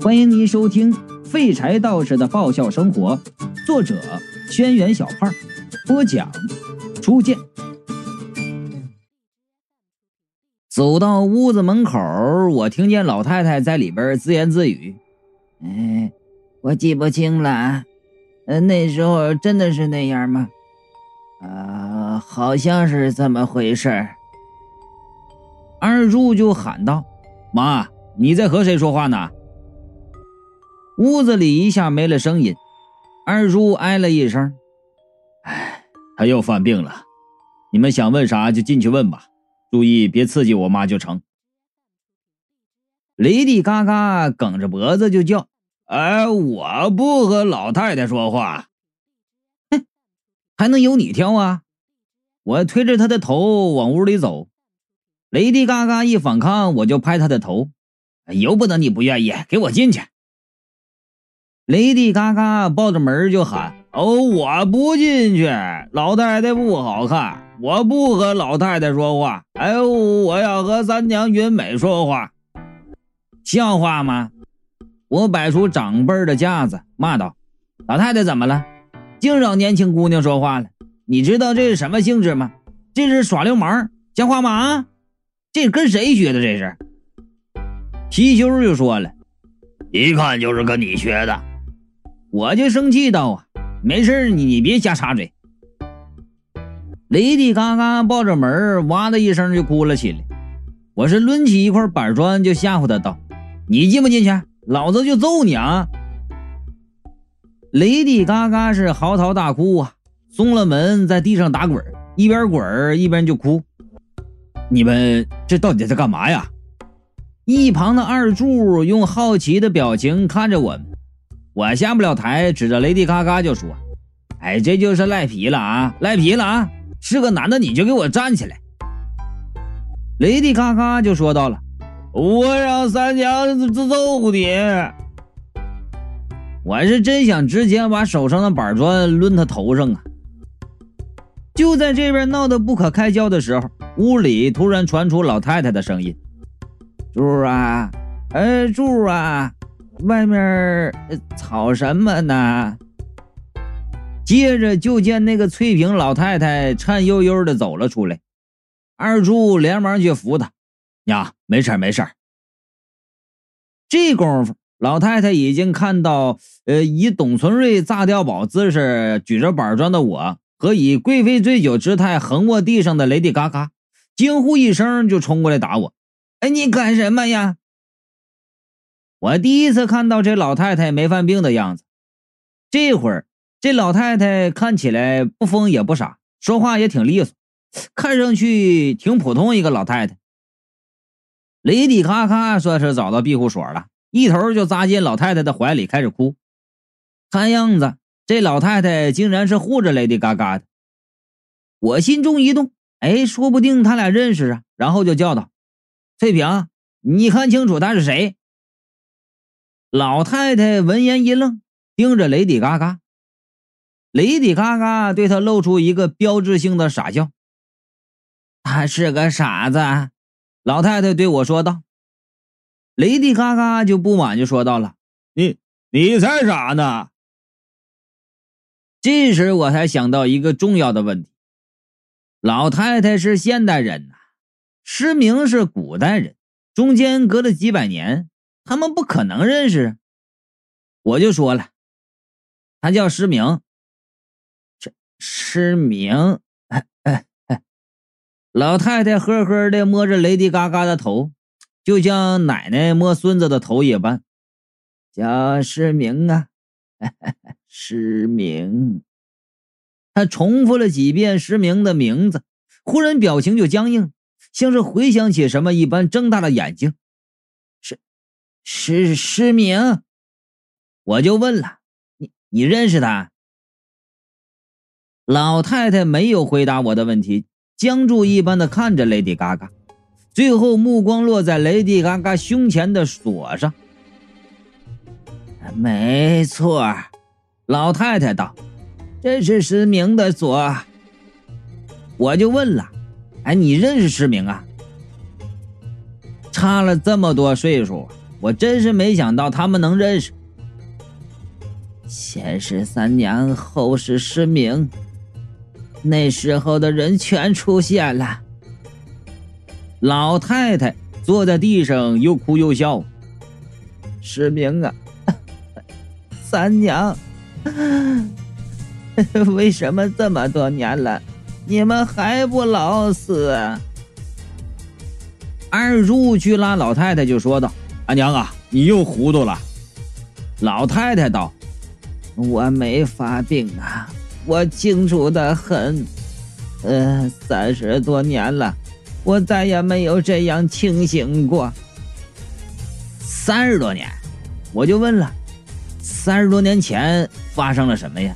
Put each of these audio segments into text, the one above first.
欢迎您收听《废柴道士的爆笑生活》，作者轩辕小胖，播讲初见。走到屋子门口，我听见老太太在里边自言自语：我记不清了，那时候真的是那样吗？好像是这么回事。二柱就喊道：妈，你在和谁说话呢？屋子里一下没了声音，二柱唉了一声：他又犯病了，你们想问啥就进去问吧，注意别刺激我妈就成。雷迪嘎嘎梗着脖子就叫：我不和老太太说话。还能有你挑啊？我推着他的头往屋里走，雷迪嘎嘎一反抗，我就拍他的头：由不得你不愿意，给我进去。雷迪嘎嘎抱着门就喊：我不进去，老太太不好看，我不和老太太说话，我要和三娘云美说话。笑话吗？我摆出长辈的架子骂道：老太太怎么了？净找年轻姑娘说话了，你知道这是什么性质吗？这是耍流氓，像话吗？这跟谁学的？这是貔貅就说了：一看就是跟你学的。我就生气道：没事，你别瞎插嘴。雷迪嘎嘎抱着门哇的一声就哭了起来。我是抡起一块板砖就吓唬他道：你进不进去？老子就揍你啊！雷迪嘎嘎是嚎啕大哭啊，松了门在地上打滚，一边滚一边就哭。你们这到底在干嘛呀？一旁的二柱用好奇的表情看着我们。我下不了台，指着雷迪嘎嘎就说：这就是赖皮了啊，赖皮了啊！是个男的你就给我站起来。雷迪嘎嘎就说到了：我让三娘揍你。我是真想直接把手上的板砖抡他头上啊！就在这边闹得不可开交的时候，屋里突然传出老太太的声音：柱啊，柱啊，外面吵什么呢？接着就见那个翠屏老太太颤悠悠的走了出来，二柱连忙去扶她：呀，没事没事。这功夫老太太已经看到以董存瑞炸碉堡姿势举着板砖的我和以贵妃醉酒之态横卧地上的雷迪嘎嘎，惊呼一声就冲过来打我：你干什么呀？我第一次看到这老太太没犯病的样子。这会儿这老太太看起来不疯也不傻，说话也挺利索，看上去挺普通一个老太太。雷迪嘎嘎算是找到庇护所了，一头就扎进老太太的怀里开始哭。看样子这老太太竟然是护着雷迪嘎嘎的。我心中一动，说不定他俩认识啊，然后就叫道：翠屏，你看清楚他是谁？老太太闻言一愣，盯着雷迪嘎嘎。雷迪嘎嘎对他露出一个标志性的傻笑：他是个傻子。老太太对我说道。雷迪嘎嘎就不满就说到了：你才傻呢。这时我才想到一个重要的问题，老太太是现代人呐，失明是古代人，中间隔了几百年，他们不可能认识。我就说了，他叫失明。失明。老太太呵呵的摸着雷迪嘎嘎的头，就像奶奶摸孙子的头一般。叫失明啊，失明。他重复了几遍失明的名字，忽然表情就僵硬，像是回想起什么一般，睁大了眼睛。失明。我就问了：你认识他？老太太没有回答我的问题，僵住一般的看着雷迪嘎嘎，最后目光落在雷迪嘎嘎胸前的锁上。没错，老太太道，这是失明的锁。我就问了：你认识失明啊？差了这么多岁数， 我真是没想到他们能认识。先是三娘，后是失明，那时候的人全出现了。老太太坐在地上又哭又笑。失明啊，三娘，为什么这么多年了，你们还不老死啊？二柱去拉老太太就说道：阿娘啊，你又糊涂了。老太太道：我没发病啊，我清楚得很。30多年了，我再也没有这样清醒过。30多年，我就问了，30多年前发生了什么呀？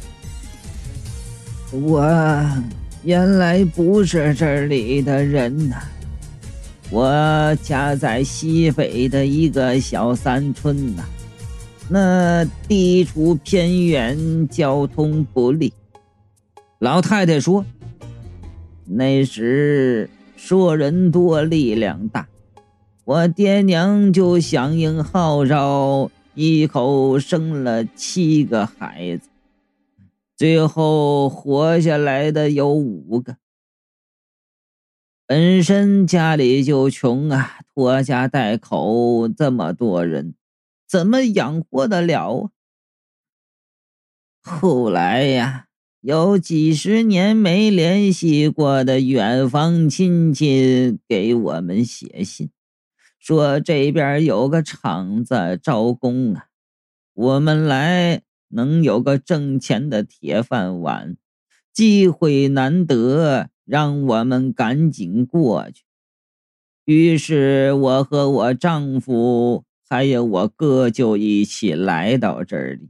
我原来不是这里的人呐，我家在西北的一个小山村呐，那地处偏远，交通不利。老太太说，那时说人多力量大，我爹娘就响应号召，一口生了7个孩子，最后活下来的有5个。本身家里就穷啊，拖家带口这么多人，怎么养活得了啊？后来呀，有几十年没联系过的远房亲戚给我们写信，说这边有个厂子招工啊，我们来能有个挣钱的铁饭碗，机会难得，让我们赶紧过去。于是我和我丈夫还有我哥就一起来到这里。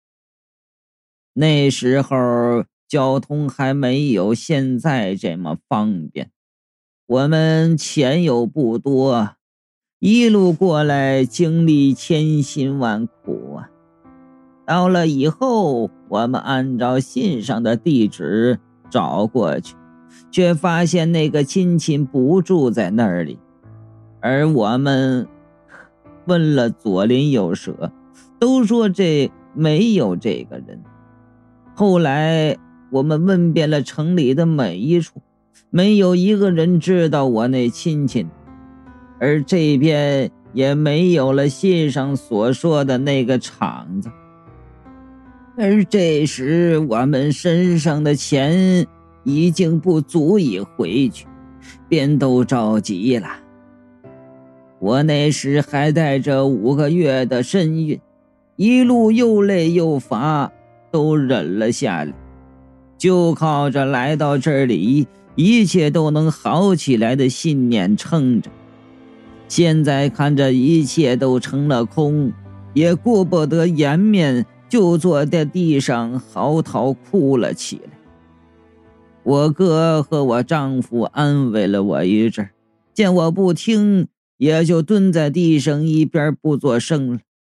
那时候交通还没有现在这么方便，我们钱又不多，一路过来经历千辛万苦啊。到了以后，我们按照信上的地址找过去，却发现那个亲戚不住在那里，而我们问了左邻右舍，都说这没有这个人。后来我们问遍了城里的每一处，没有一个人知道我那亲戚，而这边也没有了信上所说的那个厂子。而这时我们身上的钱已经不足以回去，便都着急了。我那时还带着5个月的身孕，一路又累又乏，都忍了下来，就靠着来到这里一切都能好起来的信念撑着。现在看着一切都成了空，也顾不得颜面，就坐在地上嚎啕哭了起来。我哥和我丈夫安慰了我一阵，见我不听，也就蹲在地上一边不作声了。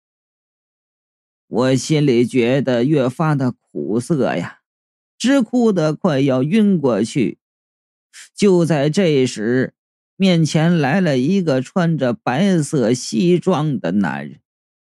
我心里觉得越发的苦涩呀，直哭得快要晕过去。就在这时，面前来了一个穿着白色西装的男人。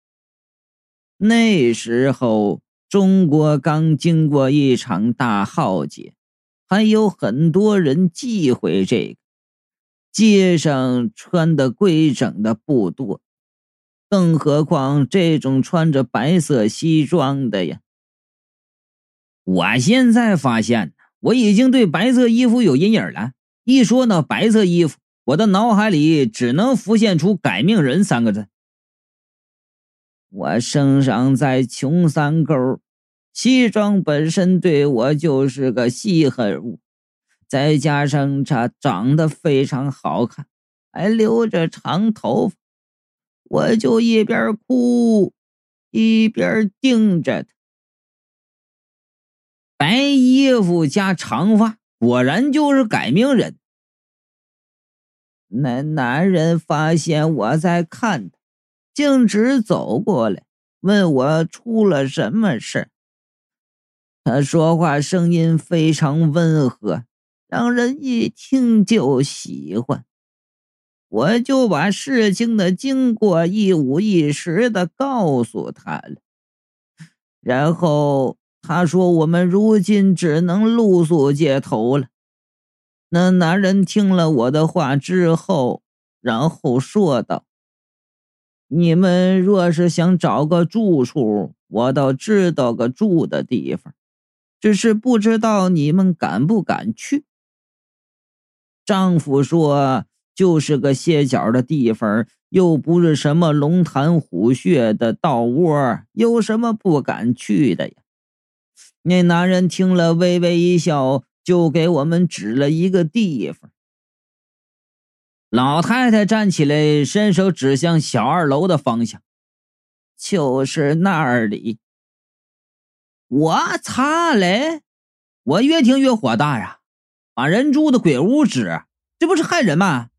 那时候中国刚经过一场大浩劫，还有很多人忌讳这个，街上穿的规整的不多，更何况这种穿着白色西装的呀。我现在发现我已经对白色衣服有阴影了，一说到白色衣服，我的脑海里只能浮现出改命人3个字。我生长在穷山沟，西装本身对我就是个稀罕物，再加上他长得非常好看，还留着长头发，我就一边哭一边盯着他。白衣服加长发，果然就是改命人。那男人发现我在看他，径直走过来，问我出了什么事。他说话声音非常温和，让人一听就喜欢。 我就把事情的经过一五一十的告诉他了。然后他说我们如今只能露宿街头了。那男人听了我的话之后，然后说道：你们若是想找个住处，我倒知道个住的地方，只是不知道你们敢不敢去。丈夫说就是个歇脚的地方，又不是什么龙潭虎穴的道窝，有什么不敢去的呀？那男人听了微微一笑，就给我们指了一个地方。老太太站起来，伸手指向小二楼的方向，就是那里。我擦嘞！我越听越火大呀！把人住的鬼屋指，这不是害人吗？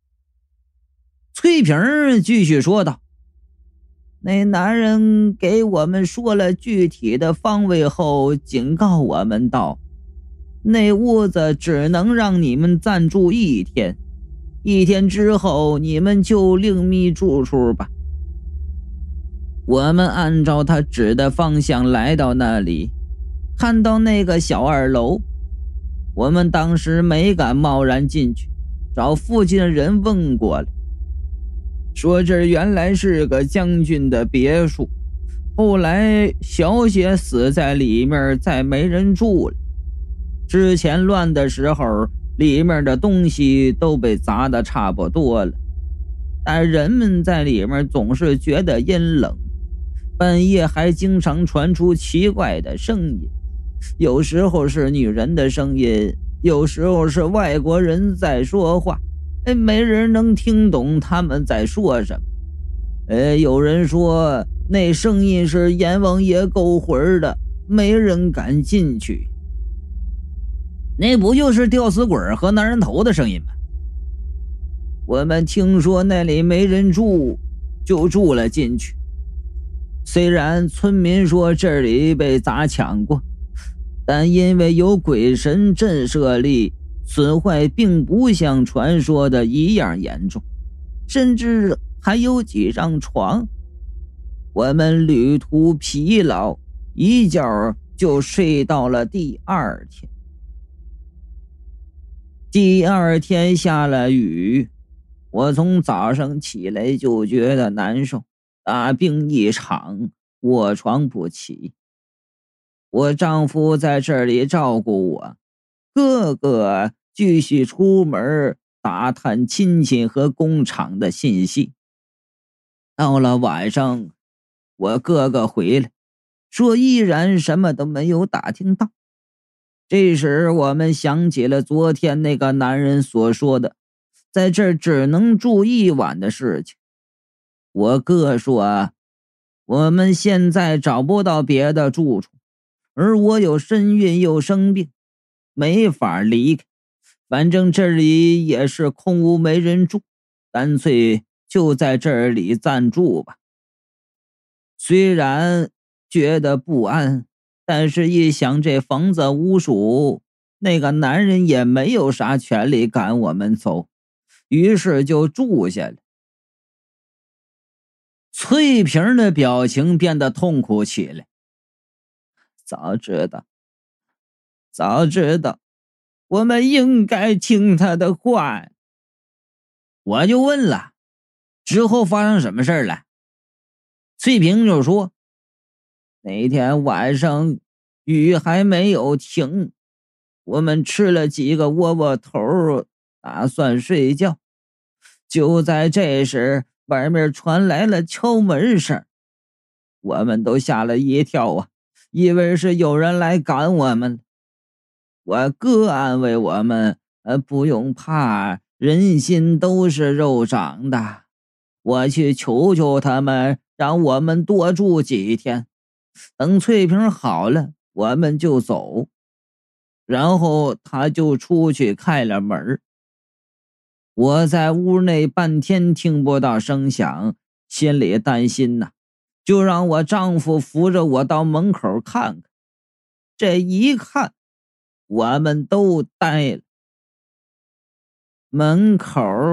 翠萍继续说道：那男人给我们说了具体的方位后，警告我们道：那屋子只能让你们暂住1天，1天之后你们就另觅住处吧。我们按照他指的方向来到那里，看到那个小二楼，我们当时没敢贸然进去，找附近的人问过了，说这原来是个将军的别墅，后来小姐死在里面，再没人住了。之前乱的时候，里面的东西都被砸得差不多了，但人们在里面总是觉得阴冷，半夜还经常传出奇怪的声音，有时候是女人的声音，有时候是外国人在说话，没人能听懂他们在说什么。有人说那声音是阎王爷勾魂的，没人敢进去。那不就是吊死鬼和男人头的声音吗？我们听说那里没人住，就住了进去。虽然村民说这里被砸抢过，但因为有鬼神震慑力，损坏并不像传说的一样严重，甚至还有几张床。我们旅途疲劳，一觉就睡到了第2天。第2天下了雨，我从早上起来就觉得难受，大病一场，卧床不起。我丈夫在这里照顾我，哥哥继续出门打探亲戚和工厂的信息。到了晚上，我哥哥回来，说依然什么都没有打听到。这时我们想起了昨天那个男人所说的在这儿只能住1晚的事情。我哥说我们现在找不到别的住处，而我有身孕又生病，没法离开，反正这里也是空屋没人住，干脆就在这里暂住吧。虽然觉得不安，但是一想这房子无主，那个男人也没有啥权利赶我们走，于是就住下了。翠萍的表情变得痛苦起来。早知道，我们应该听他的话。我就问了，之后发生什么事了？翠萍就说，那天晚上雨还没有停，我们吃了几个窝窝头，打算睡觉。就在这时，外面传来了敲门声，我们都吓了一跳啊，以为是有人来赶我们。我哥安慰我们，不用怕，人心都是肉长的。我去求求他们，让我们多住几天，等翠萍好了，我们就走。然后他就出去开了门。我在屋内半天听不到声响，心里担心呐，就让我丈夫扶着我到门口看看。这一看，我们都呆了。门口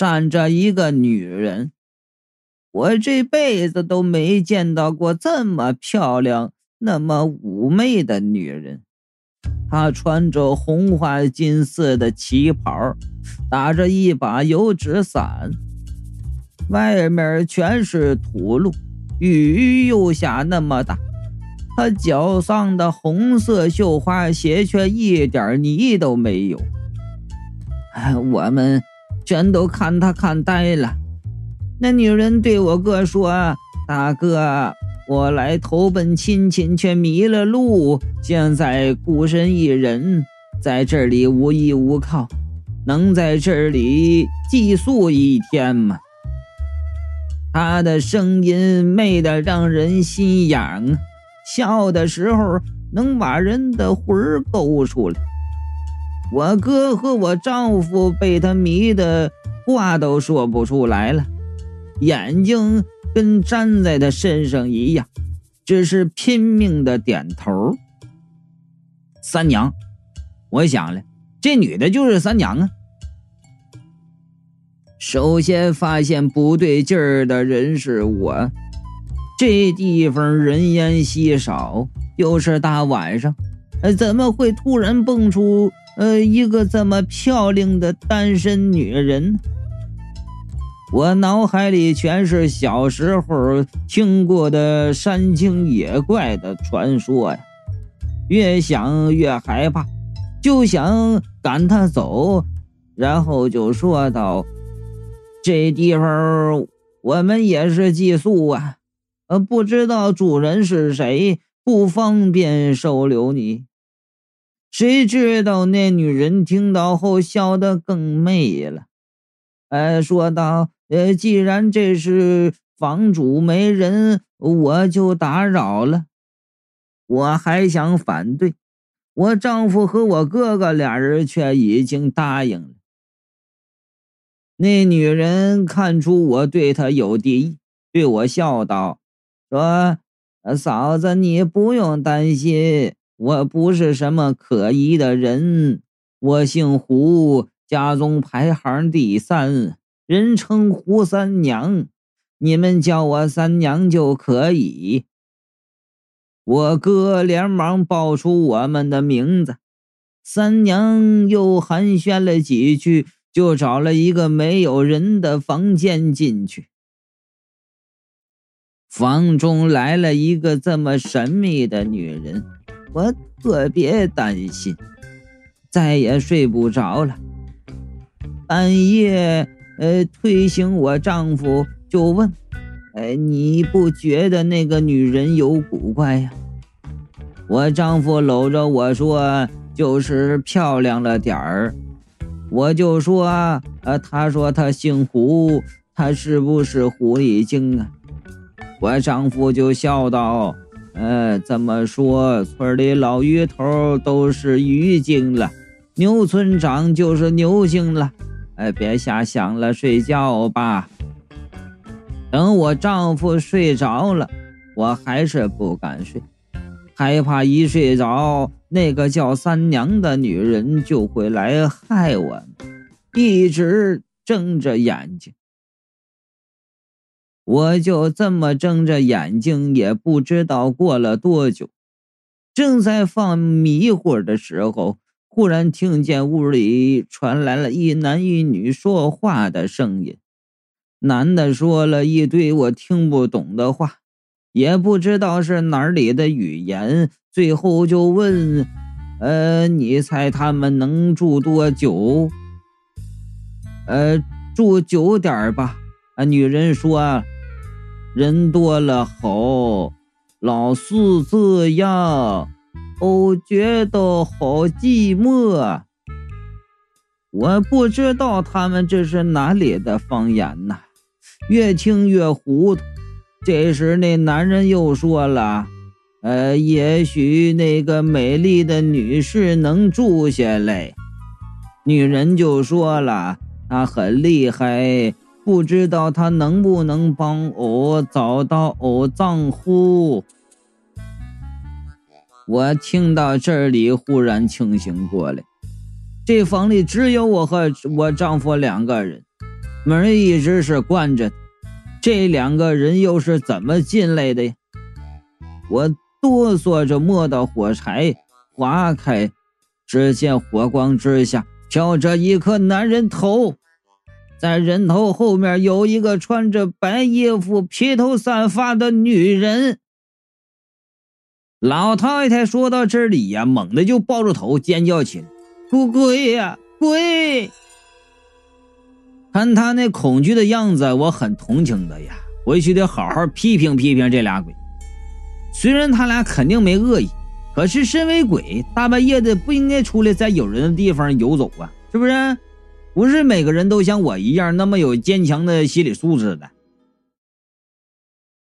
站着一个女人。我这辈子都没见到过这么漂亮、那么妩媚的女人。她穿着红花金丝的旗袍，打着一把油纸伞，外面全是土路，雨又下那么大。她脚上的红色绣花鞋却一点泥都没有。我们全都看她看呆了。那女人对我哥说：“大哥，我来投奔亲戚却迷了路，现在孤身一人，在这里无依无靠，能在这里寄宿一天吗？”她的声音媚得让人心痒，笑的时候能把人的魂儿勾出来。我哥和我丈夫被她迷得话都说不出来了，眼睛跟粘在他身上一样，只是拼命的点头。三娘，我想了，这女的就是三娘啊。首先发现不对劲儿的人是我。这地方人烟稀少，又是大晚上，怎么会突然蹦出一个这么漂亮的单身女人？我脑海里全是小时候听过的山精野怪的传说呀，越想越害怕，就想赶他走，然后就说道：“这地方我们也是寄宿啊，不知道主人是谁，不方便收留你。”谁知道那女人听到后笑得更媚了，说道：“既然这是房主没人，我就打扰了。”我还想反对，我丈夫和我哥哥俩人却已经答应了。那女人看出我对她有敌意，对我笑道：“说嫂子，你不用担心，我不是什么可疑的人，我姓胡，家中排行第3，人称胡三娘，你们叫我三娘就可以。”我哥连忙报出我们的名字，三娘又寒暄了几句，就找了一个没有人的房间进去。房中来了一个这么神秘的女人，我特别担心，再也睡不着了。半夜推醒我丈夫，就问：“你不觉得那个女人有古怪呀？”我丈夫搂着我说：“就是漂亮了点儿。”我就说：“他说他姓胡，他是不是狐狸精啊？”我丈夫就笑道：“这么说，村里老鱼头都是鱼精了，牛村长就是牛精了。别瞎想了，睡觉吧。”等我丈夫睡着了，我还是不敢睡，害怕一睡着，那个叫三娘的女人就会来害我们，一直睁着眼睛。我就这么睁着眼睛，也不知道过了多久，正在放迷糊的时候，忽然听见屋里传来了一男一女说话的声音。男的说了一堆我听不懂的话，也不知道是哪里的语言，最后就问：“你猜他们能住多久？”“住久点吧。”女人说：“人多了好，老是这样，我觉得好寂寞。”我不知道他们这是哪里的方言呐，越听越糊涂。这时那男人又说了：“也许那个美丽的女士能住下来。”女人就说了：“她很厉害，不知道她能不能帮我找到我丈夫。”我听到这里忽然清醒过来，这房里只有我和我丈夫2个人， 门一直是关着的，这2个人又是怎么进来的呀？我哆嗦着摸到火柴，划开，只见火光之下飘着一颗男人头，在人头后面有一个穿着白衣服披头散发的女人。老太太说到这里呀，猛地就抱住头尖叫起来：鬼呀鬼！看他那恐惧的样子，我很同情的呀，回去得好好批评批评这俩鬼。虽然他俩肯定没恶意，可是身为鬼，大半夜的不应该出来在有人的地方游走啊，是不是？不是每个人都像我一样那么有坚强的心理素质的。